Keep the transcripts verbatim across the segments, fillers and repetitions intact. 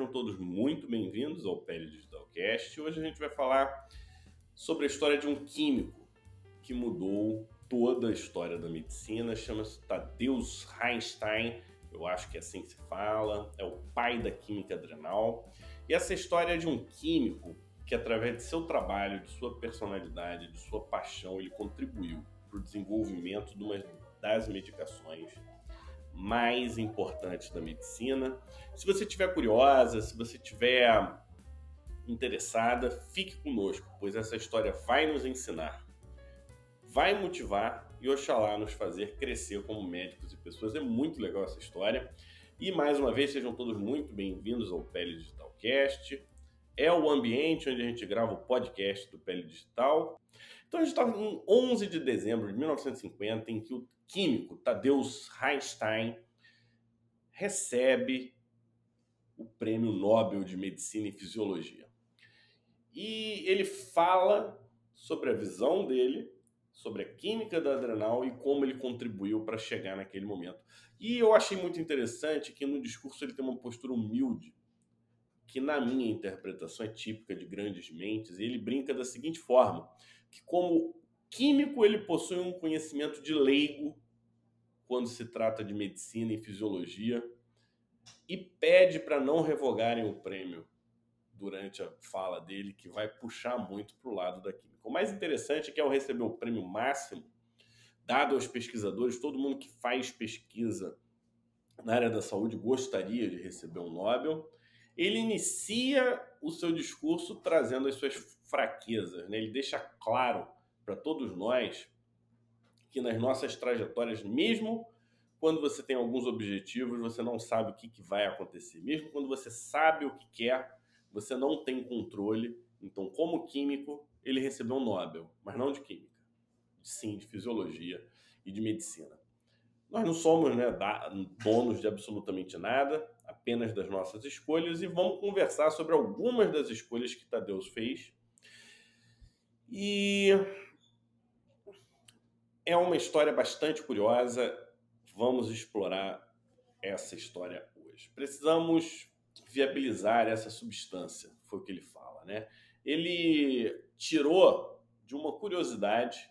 todos muito bem-vindos ao Pele Digitalcast. Hoje a gente vai falar sobre a história de um químico que mudou toda a história da medicina. Chama-se Tadeusz Rheinstein, eu acho que é assim que se fala, é o pai da química adrenal. E essa história é de um químico que, através de seu trabalho, de sua personalidade, de sua paixão, ele contribuiu para o desenvolvimento de uma das medicações mais importantes da medicina. Se você estiver curiosa, se você estiver interessada, fique conosco, pois essa história vai nos ensinar, vai motivar e oxalá nos fazer crescer como médicos e pessoas. É muito legal essa história. E mais uma vez, sejam todos muito bem-vindos ao Pele Digitalcast. É o ambiente onde a gente grava o podcast do Pele Digital. Então a gente estava em onze de dezembro de mil novecentos e cinquenta, em que o químico Tadeusz Rheinstein recebe o Prêmio Nobel de Medicina e Fisiologia. E ele fala sobre a visão dele, sobre a química da adrenal e como ele contribuiu para chegar naquele momento. E eu achei muito interessante que no discurso ele tem uma postura humilde, que na minha interpretação é típica de grandes mentes, e ele brinca da seguinte forma, que como químico ele possui um conhecimento de leigo quando se trata de medicina e fisiologia, e pede para não revogarem o prêmio durante a fala dele, que vai puxar muito para o lado da química. O mais interessante é que, ao receber o prêmio máximo, dado aos pesquisadores, todo mundo que faz pesquisa na área da saúde gostaria de receber um Nobel, ele inicia o seu discurso trazendo as suas fraquezas, né? Ele deixa claro para todos nós que nas nossas trajetórias, mesmo quando você tem alguns objetivos, você não sabe o que, que vai acontecer. Mesmo quando você sabe o que quer, você não tem controle. Então, como químico, ele recebeu um Nobel, mas não de química, sim de fisiologia e de medicina. Nós não somos, né, donos de absolutamente nada, apenas das nossas escolhas, e vamos conversar sobre algumas das escolhas que Tadeusz fez. E é uma história bastante curiosa. Vamos explorar essa história hoje. Precisamos viabilizar essa substância, foi o que ele fala, né? Ele tirou de uma curiosidade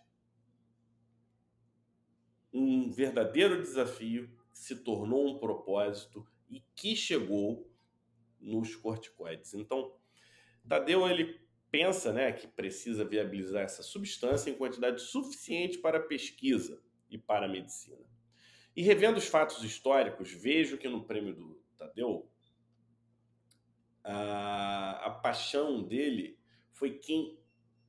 um verdadeiro desafio que se tornou um propósito e que chegou nos corticoides. Então, Tadeu, ele pensa, né, que precisa viabilizar essa substância em quantidade suficiente para a pesquisa e para a medicina. E revendo os fatos históricos, vejo que no prêmio do Tadeu, a, a paixão dele foi quem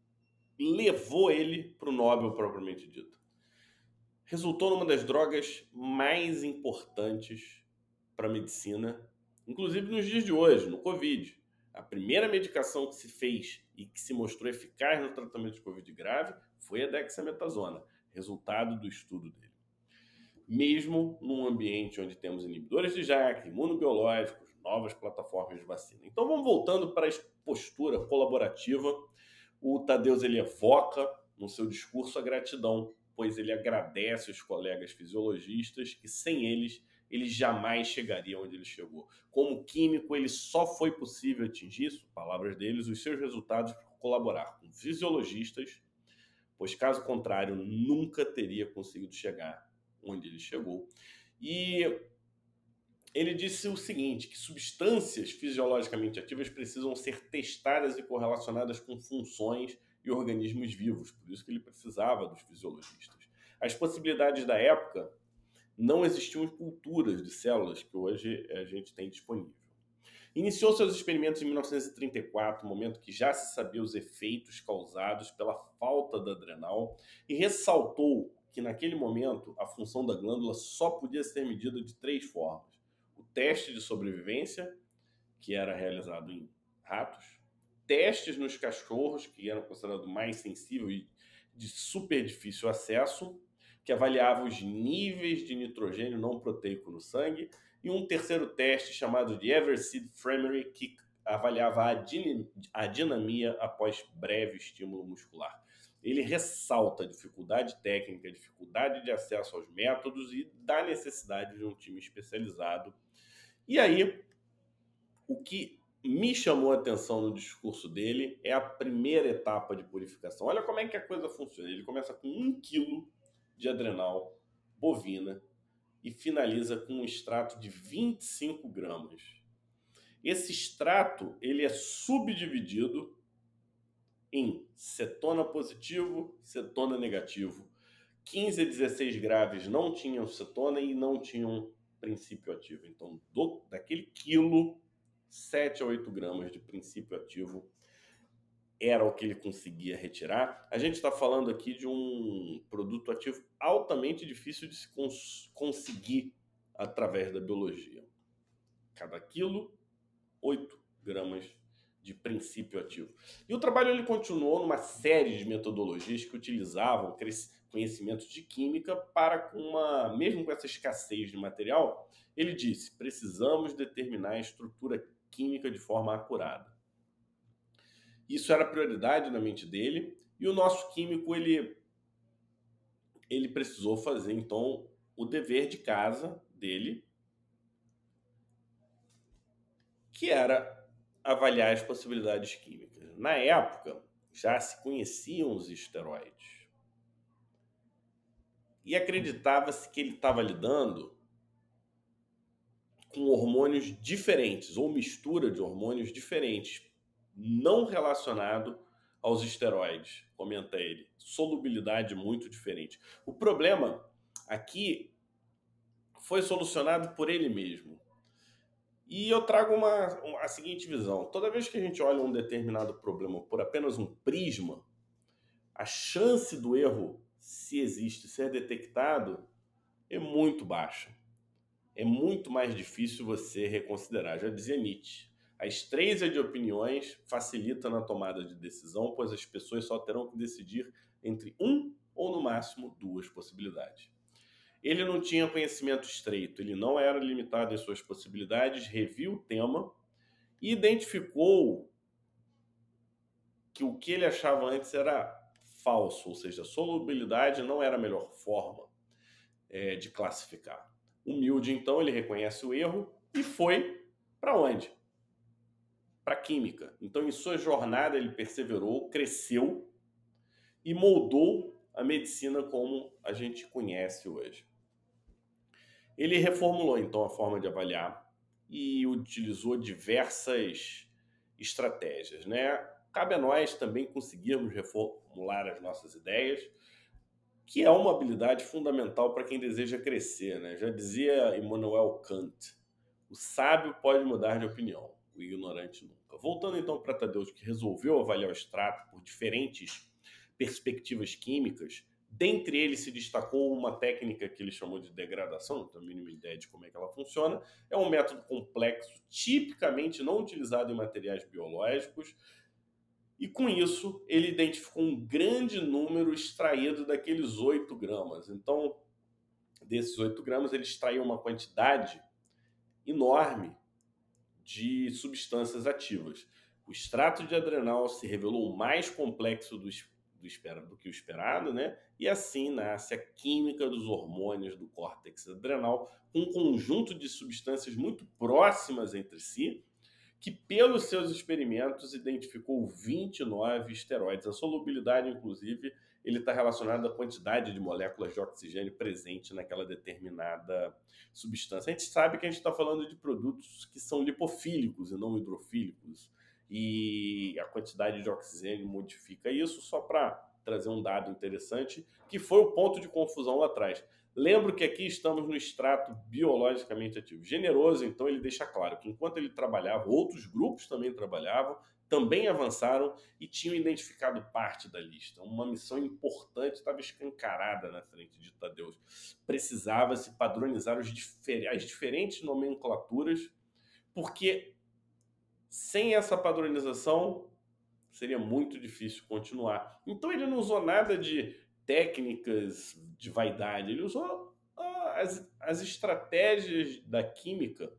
levou ele para o Nobel propriamente dito. Resultou numa das drogas mais importantes para a medicina, inclusive nos dias de hoje, no Covid. A primeira medicação que se fez e que se mostrou eficaz no tratamento de Covid grave foi a dexametasona, resultado do estudo dele. Mesmo num ambiente onde temos inibidores de J A K, imunobiológicos, novas plataformas de vacina. Então vamos voltando para a postura colaborativa. O Tadeusz ele evoca no seu discurso a gratidão, pois ele agradece os colegas fisiologistas que sem eles ele jamais chegaria onde ele chegou. Como químico, ele só foi possível atingir isso, palavras deles, os seus resultados por colaborar com fisiologistas, pois caso contrário nunca teria conseguido chegar onde ele chegou. E ele disse o seguinte, que substâncias fisiologicamente ativas precisam ser testadas e correlacionadas com funções e organismos vivos, por isso que ele precisava dos fisiologistas. As possibilidades da época não existiam em culturas de células que hoje a gente tem disponível. Iniciou seus experimentos em mil novecentos e trinta e quatro, momento que já se sabia os efeitos causados pela falta da adrenal, e ressaltou que naquele momento a função da glândula só podia ser medida de três formas. O teste de sobrevivência, que era realizado em ratos, testes nos cachorros, que eram considerados mais sensíveis e de super difícil acesso, que avaliava os níveis de nitrogênio não proteico no sangue, e um terceiro teste chamado de Everseed Framery, que avaliava a, din- a dinamia após breve estímulo muscular. Ele ressalta a dificuldade técnica, a dificuldade de acesso aos métodos e da necessidade de um time especializado. E aí, o que me chamou a atenção no discurso dele é a primeira etapa de purificação. Olha como é que a coisa funciona. Ele começa com um quilo de adrenal bovina e finaliza com um extrato de vinte e cinco gramas. Esse extrato ele é subdividido em cetona positivo, cetona negativo. quinze a dezesseis graves não tinham cetona e não tinham princípio ativo. Então, do, daquele quilo, sete a oito gramas de princípio ativo era o que ele conseguia retirar. A gente está falando aqui de um produto ativo altamente difícil de se cons conseguir através da biologia. Cada quilo, oito gramas de princípio ativo. E o trabalho ele continuou numa série de metodologias que utilizavam conhecimentos de química para, com uma, mesmo com essa escassez de material, ele disse, precisamos determinar a estrutura química de forma acurada. Isso era prioridade na mente dele, e o nosso químico ele, ele precisou fazer, então, o dever de casa dele, que era avaliar as possibilidades químicas. Na época, já se conheciam os esteroides. E acreditava-se que ele estava lidando com hormônios diferentes, ou mistura de hormônios diferentes, não relacionado aos esteroides, comenta ele. Solubilidade muito diferente. O problema aqui foi solucionado por ele mesmo. E eu trago uma, a seguinte visão. Toda vez que a gente olha um determinado problema por apenas um prisma, a chance do erro, se existe, ser detectado, é muito baixa. É muito mais difícil você reconsiderar. Já dizia Nietzsche, a estreita de opiniões facilita na tomada de decisão, pois as pessoas só terão que decidir entre um ou, no máximo, duas possibilidades. Ele não tinha conhecimento estreito, ele não era limitado em suas possibilidades, reviu o tema e identificou que o que ele achava antes era falso, ou seja, a solubilidade não era a melhor forma é, de classificar. Humilde, então, ele reconhece o erro e foi para onde? Para a química. Então, em sua jornada, ele perseverou, cresceu e moldou a medicina como a gente conhece hoje. Ele reformulou, então, a forma de avaliar e utilizou diversas estratégias, né? Cabe a nós também conseguirmos reformular as nossas ideias, que é uma habilidade fundamental para quem deseja crescer, né? Já dizia Immanuel Kant, o sábio pode mudar de opinião, o ignorante nunca. Voltando então para Tadeusz, que resolveu avaliar o extrato por diferentes perspectivas químicas, dentre eles se destacou uma técnica que ele chamou de degradação, não tenho a mínima ideia de como é que ela funciona. É um método complexo, tipicamente não utilizado em materiais biológicos, e com isso ele identificou um grande número extraído daqueles oito gramas. Então, desses oito gramas, ele extraiu uma quantidade enorme de substâncias ativas. O extrato de adrenal se revelou mais complexo do Do, espera, do que o esperado, né? E assim nasce a química dos hormônios do córtex adrenal, um conjunto de substâncias muito próximas entre si, que pelos seus experimentos identificou vinte e nove esteroides. A solubilidade, inclusive, ele está relacionado à quantidade de moléculas de oxigênio presente naquela determinada substância. A gente sabe que a gente está falando de produtos que são lipofílicos e não hidrofílicos, e a quantidade de oxigênio modifica isso, só para trazer um dado interessante, que foi o ponto de confusão lá atrás. Lembro que aqui estamos no extrato biologicamente ativo. Generoso, então, ele deixa claro que enquanto ele trabalhava, outros grupos também trabalhavam, também avançaram e tinham identificado parte da lista. Uma missão importante estava escancarada na frente de Tadeusz. Precisava-se padronizar os difer- as diferentes nomenclaturas, porque sem essa padronização, seria muito difícil continuar. Então ele não usou nada de técnicas de vaidade, ele usou ah, as, as estratégias da química,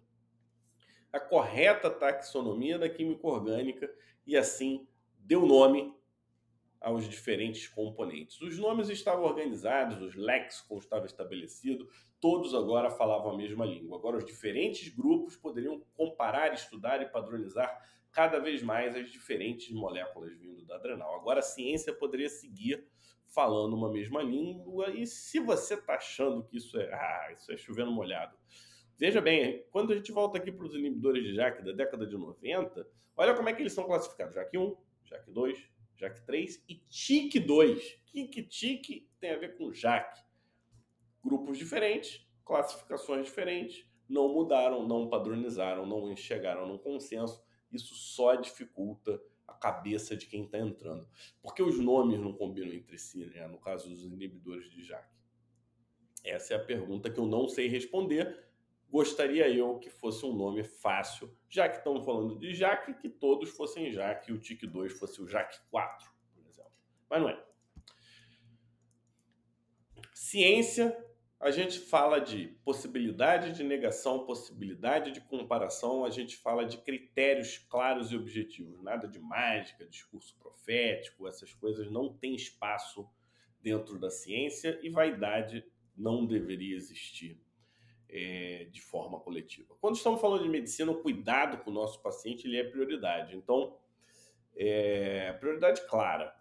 a correta taxonomia da química orgânica, e assim deu nome aos diferentes componentes. Os nomes estavam organizados, os léxicons estavam estabelecidos, todos agora falavam a mesma língua. Agora os diferentes grupos poderiam comparar, estudar e padronizar cada vez mais as diferentes moléculas vindo da adrenal. Agora a ciência poderia seguir falando uma mesma língua, e se você está achando que isso é, ah, isso é chovendo molhado, veja bem, quando a gente volta aqui para os inibidores de J A K da década de noventa, olha como é que eles são classificados. J A K um, J A K dois, J A K três e T I C dois. O que que T I C tem a ver com J A K? Grupos diferentes, classificações diferentes, não mudaram, não padronizaram, não chegaram num consenso. Isso só dificulta a cabeça de quem está entrando. Porque os nomes não combinam entre si, né? No caso dos inibidores de J A K. Essa é a pergunta que eu não sei responder. Gostaria eu que fosse um nome fácil, já que estamos falando de J A K, que todos fossem J A K e o T I C dois fosse o J A K quatro, por exemplo. Mas não é. Ciência, a gente fala de possibilidade de negação, possibilidade de comparação, a gente fala de critérios claros e objetivos. Nada de mágica, discurso profético, essas coisas não têm espaço dentro da ciência, e vaidade não deveria existir é, de forma coletiva. Quando estamos falando de medicina, o cuidado com o nosso paciente ele é prioridade. Então, é prioridade clara.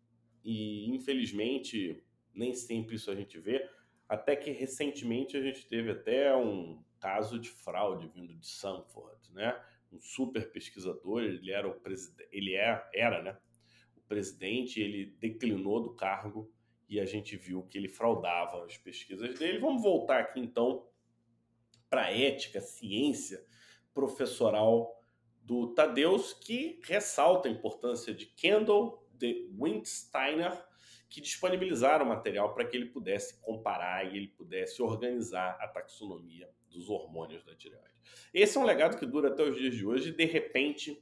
E, infelizmente, nem sempre isso a gente vê. Até que recentemente a gente teve até um caso de fraude vindo de Stanford, né? Um super pesquisador, ele era o presidente, ele é, era, né? O presidente, ele declinou do cargo e a gente viu que ele fraudava as pesquisas dele. Vamos voltar aqui então para a ética, ciência professoral do Tadeusz, que ressalta a importância de Kendall, de Windsteiner, que disponibilizaram material para que ele pudesse comparar e ele pudesse organizar a taxonomia dos hormônios da tireoide. Esse é um legado que dura até os dias de hoje, e de repente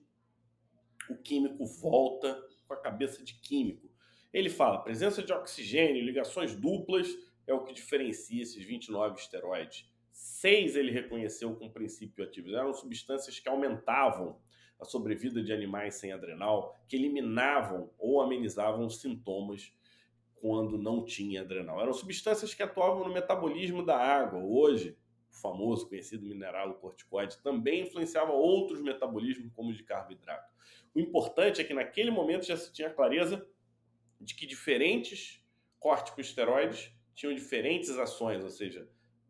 o químico volta com a cabeça de químico. Ele fala, presença de oxigênio, ligações duplas é o que diferencia esses vinte e nove esteroides. Seis ele reconheceu com princípio ativo. Eram substâncias que aumentavam a sobrevida de animais sem adrenal, que eliminavam ou amenizavam os sintomas quando não tinha adrenal. Eram substâncias que atuavam no metabolismo da água. Hoje, o famoso, conhecido mineral corticoide também influenciava outros metabolismos, como o de carboidrato. O importante é que naquele momento já se tinha clareza de que diferentes corticosteroides tinham diferentes ações, ou seja,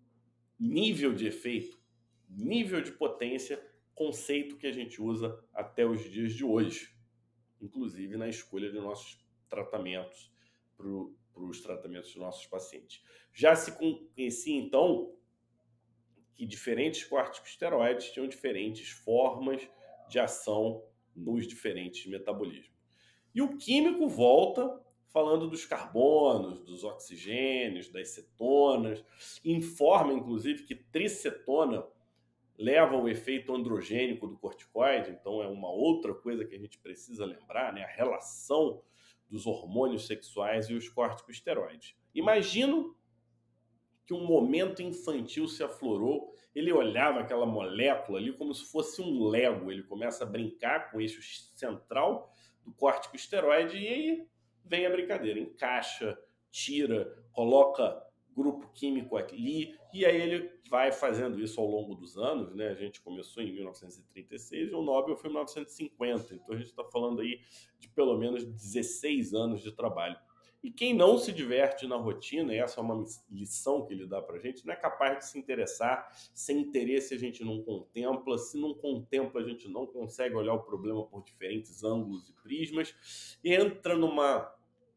nível de efeito, nível de potência, conceito que a gente usa até os dias de hoje, inclusive na escolha de nossos tratamentos para os tratamentos dos nossos pacientes. Já se conhecia, então, que diferentes corticosteroides tinham diferentes formas de ação nos diferentes metabolismos. E o químico volta falando dos carbonos, dos oxigênios, das cetonas, informa, inclusive, que tricetona leva ao efeito androgênico do corticoide, então é uma outra coisa que a gente precisa lembrar, né? A relação dos hormônios sexuais e os corticosteroides. Imagino que um momento infantil se aflorou, ele olhava aquela molécula ali como se fosse um Lego, ele começa a brincar com o eixo central do corticosteroide e aí vem a brincadeira, encaixa, tira, coloca grupo químico ali, e aí ele vai fazendo isso ao longo dos anos, né? A gente começou em mil novecentos e trinta e seis e o Nobel foi em mil novecentos e cinquenta, então a gente está falando aí de pelo menos dezesseis anos de trabalho. E quem não se diverte na rotina, e essa é uma lição que ele dá pra gente, não é capaz de se interessar. Sem interesse a gente não contempla, se não contempla a gente não consegue olhar o problema por diferentes ângulos e prismas, e entra numa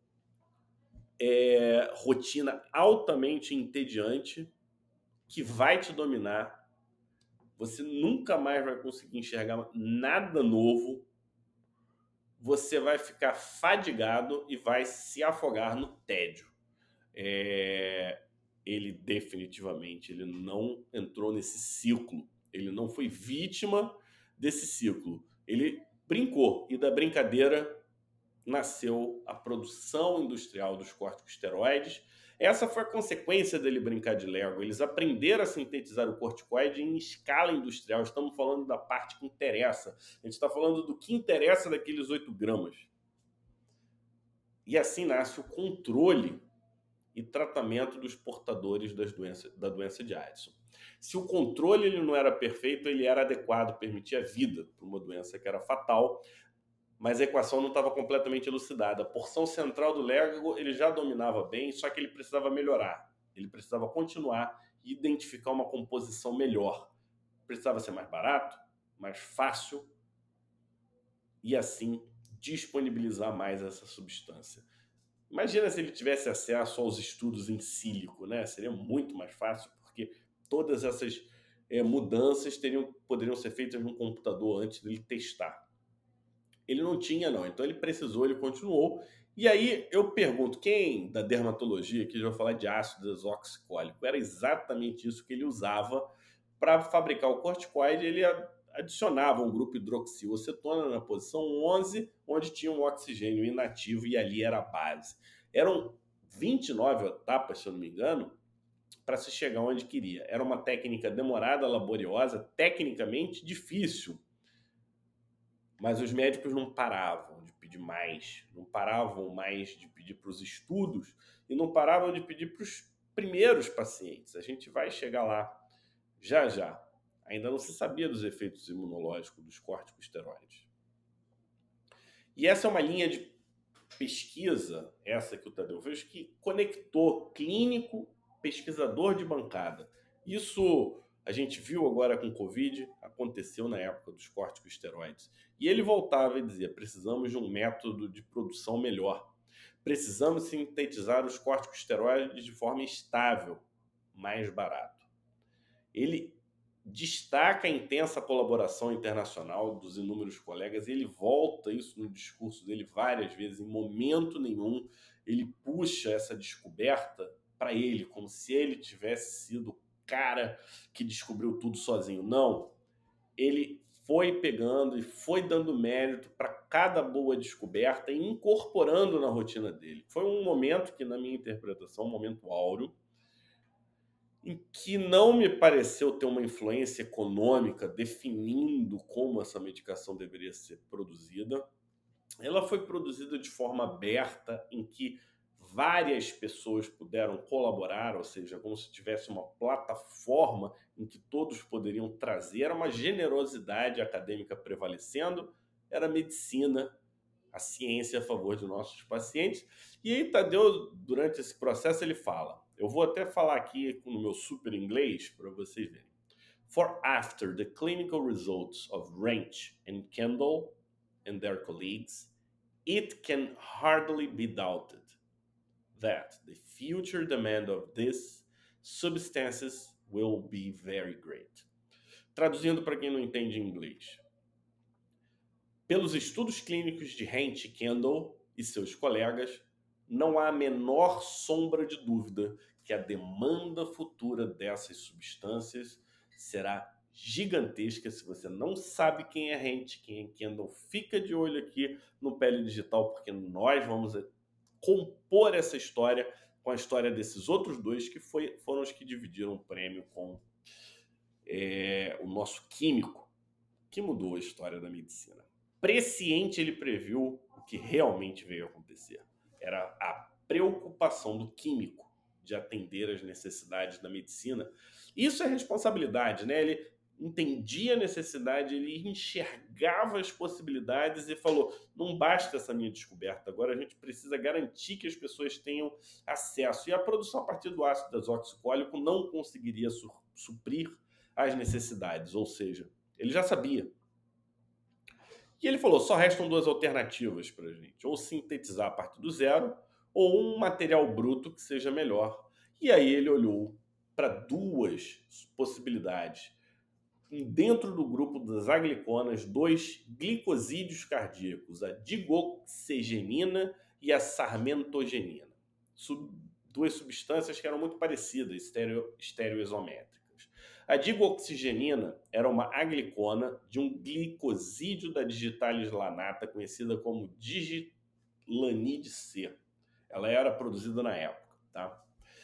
é, rotina altamente entediante que vai te dominar. Você nunca mais vai conseguir enxergar nada novo, você vai ficar fadigado e vai se afogar no tédio. É... Ele definitivamente ele não entrou nesse ciclo, ele não foi vítima desse ciclo, ele brincou, e da brincadeira nasceu a produção industrial dos corticosteroides. Essa foi a consequência dele brincar de Lego. Eles aprenderam a sintetizar o corticoide em escala industrial. Estamos falando da parte que interessa. A gente está falando do que interessa daqueles oito gramas. E assim nasce o controle e tratamento dos portadores das doenças, da doença de Addison. Se o controle ele não era perfeito, ele era adequado, permitia vida para uma doença que era fatal, mas a equação não estava completamente elucidada. A porção central do Lego ele já dominava bem, só que ele precisava melhorar. Ele precisava continuar e identificar uma composição melhor. Precisava ser mais barato, mais fácil e assim disponibilizar mais essa substância. Imagina se ele tivesse acesso aos estudos em sílico, né? Seria muito mais fácil, porque todas essas é, mudanças teriam, poderiam ser feitas num computador antes dele testar. Ele não tinha, não. Então ele precisou, ele continuou. E aí eu pergunto, quem da dermatologia que já vai falar de ácido desoxicólico? Era exatamente isso que ele usava para fabricar o corticoide. Ele adicionava um grupo hidroxiocetona na posição onze, onde tinha um oxigênio inativo e ali era a base. Eram vinte e nove etapas, se eu não me engano, para se chegar onde queria. Era uma técnica demorada, laboriosa, tecnicamente difícil. Mas os médicos não paravam de pedir mais, não paravam mais de pedir para os estudos e não paravam de pedir para os primeiros pacientes. A gente vai chegar lá já já. Ainda não se sabia dos efeitos imunológicos dos corticosteroides. E essa é uma linha de pesquisa, essa que o Tadeu fez, que conectou clínico, pesquisador de bancada. Isso a gente viu agora com o Covid, aconteceu na época dos corticosteroides. E ele voltava e dizia, precisamos de um método de produção melhor. Precisamos sintetizar os corticosteroides de forma estável, mais barato. Ele destaca a intensa colaboração internacional dos inúmeros colegas e ele volta isso no discurso dele várias vezes. Em momento nenhum ele puxa essa descoberta para ele, como se ele tivesse sido o cara que descobriu tudo sozinho. Não, ele foi pegando e foi dando mérito para cada boa descoberta e incorporando na rotina dele. Foi um momento que, na minha interpretação, um momento áureo, em que não me pareceu ter uma influência econômica definindo como essa medicação deveria ser produzida. Ela foi produzida de forma aberta, em que várias pessoas puderam colaborar, ou seja, como se tivesse uma plataforma em que todos poderiam trazer. Era uma generosidade acadêmica prevalecendo, era medicina, a ciência a favor de nossos pacientes. E aí Tadeu, durante esse processo, ele fala, eu vou até falar aqui no meu super inglês para vocês verem. For after the clinical results of Wrench and Kendall and their colleagues, it can hardly be doubted that the future demand of these substances will be very great. Traduzindo para quem não entende inglês. Pelos estudos clínicos de Wrench, Kendall e seus colegas, não há a menor sombra de dúvida que a demanda futura dessas substâncias será gigantesca. Se você não sabe quem é Wrench, quem é Kendall, fica de olho aqui no Pele Digital, porque nós vamos compor essa história com a história desses outros dois que foi, foram os que dividiram o prêmio com é, o nosso químico, que mudou a história da medicina. Presciente, ele previu o que realmente veio a acontecer. Era a preocupação do químico de atender às necessidades da medicina. Isso é responsabilidade, né? Ele entendia a necessidade, ele enxergava as possibilidades e falou, não basta essa minha descoberta, agora a gente precisa garantir que as pessoas tenham acesso. E a produção a partir do ácido desoxicólico não conseguiria su- suprir as necessidades, ou seja, ele já sabia. E ele falou, só restam duas alternativas para a gente, ou sintetizar a partir do zero, ou um material bruto que seja melhor. E aí ele olhou para duas possibilidades. Dentro do grupo das agliconas, dois glicosídeos cardíacos, a digoxigenina e a sarmentogenina. Sub, duas substâncias que eram muito parecidas, estereo, estereoisométricas. A digoxigenina era uma aglicona de um glicosídeo da digitalis lanata, conhecida como digilanide C. Ela era produzida na época, tá?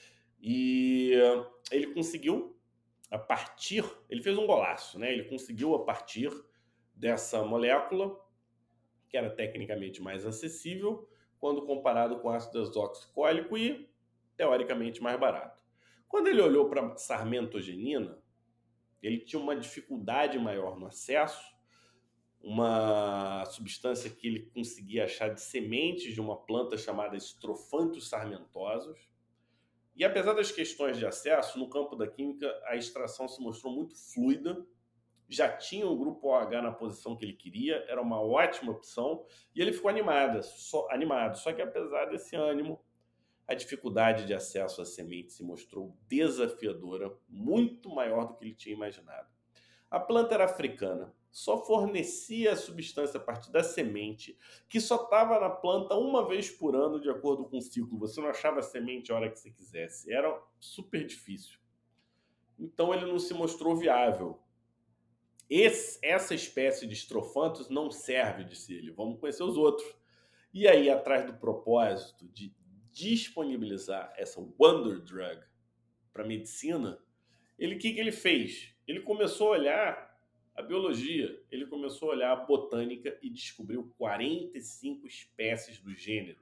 E ele conseguiu, a partir, ele fez um golaço, né? Ele conseguiu, a partir dessa molécula, que era tecnicamente mais acessível, quando comparado com ácido desoxicólico e, teoricamente, mais barato. Quando ele olhou para a sarmentogenina, ele tinha uma dificuldade maior no acesso, uma substância que ele conseguia achar de sementes de uma planta chamada Strophanthus sarmentosus. E apesar das questões de acesso, no campo da química, a extração se mostrou muito fluida, já tinha o grupo O H na posição que ele queria, era uma ótima opção, e ele ficou animado, só, animado. Só que apesar desse ânimo, a dificuldade de acesso à semente se mostrou desafiadora, muito maior do que ele tinha imaginado. A planta era africana, só fornecia a substância a partir da semente, que só estava na planta uma vez por ano, de acordo com o ciclo. Você não achava a semente a hora que você quisesse. Era super difícil. Então ele não se mostrou viável. Esse, essa espécie de Strophanthus não serve, disse ele. Vamos conhecer os outros. E aí, atrás do propósito de disponibilizar essa Wonder Drug para medicina, ele, o que, que ele fez? Ele começou a olhar a biologia, ele começou a olhar a botânica e descobriu quarenta e cinco espécies do gênero.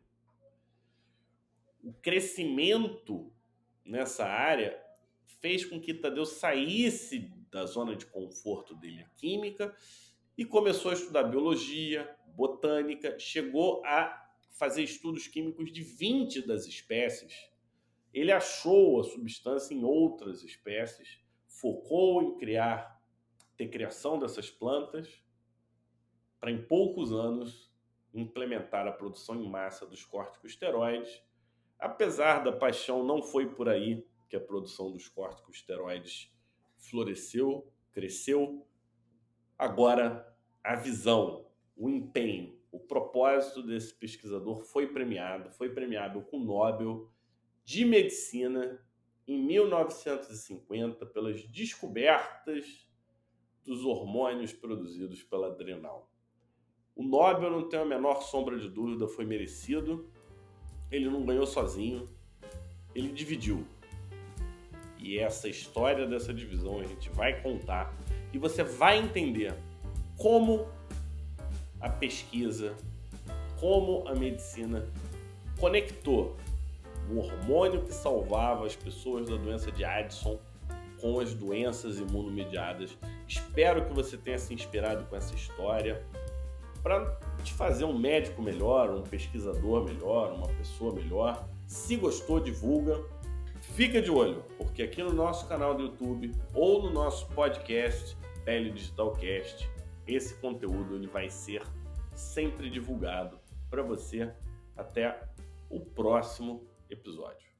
O crescimento nessa área fez com que Tadeu saísse da zona de conforto dele, a química, e começou a estudar biologia, botânica, chegou a fazer estudos químicos de vinte das espécies. Ele achou a substância em outras espécies, focou em criar, ter criação dessas plantas, para em poucos anos implementar a produção em massa dos corticosteroides. Apesar da paixão, não foi por aí que a produção dos corticosteroides floresceu, cresceu. Agora, a visão, o empenho, o propósito desse pesquisador foi premiado, foi premiado com o Nobel de Medicina em mil novecentos e cinquenta pelas descobertas dos hormônios produzidos pela adrenal. O Nobel, não tem a menor sombra de dúvida, foi merecido. Ele não ganhou sozinho, ele dividiu. E essa história dessa divisão a gente vai contar e você vai entender como a pesquisa, como a medicina conectou o hormônio que salvava as pessoas da doença de Addison com as doenças imunomediadas. Espero que você tenha se inspirado com essa história para te fazer um médico melhor, um pesquisador melhor, uma pessoa melhor. Se gostou, divulga. Fica de olho, porque aqui no nosso canal do YouTube ou no nosso podcast Pele Digital Cast, esse conteúdo ele vai ser sempre divulgado para você. Até o próximo episódio.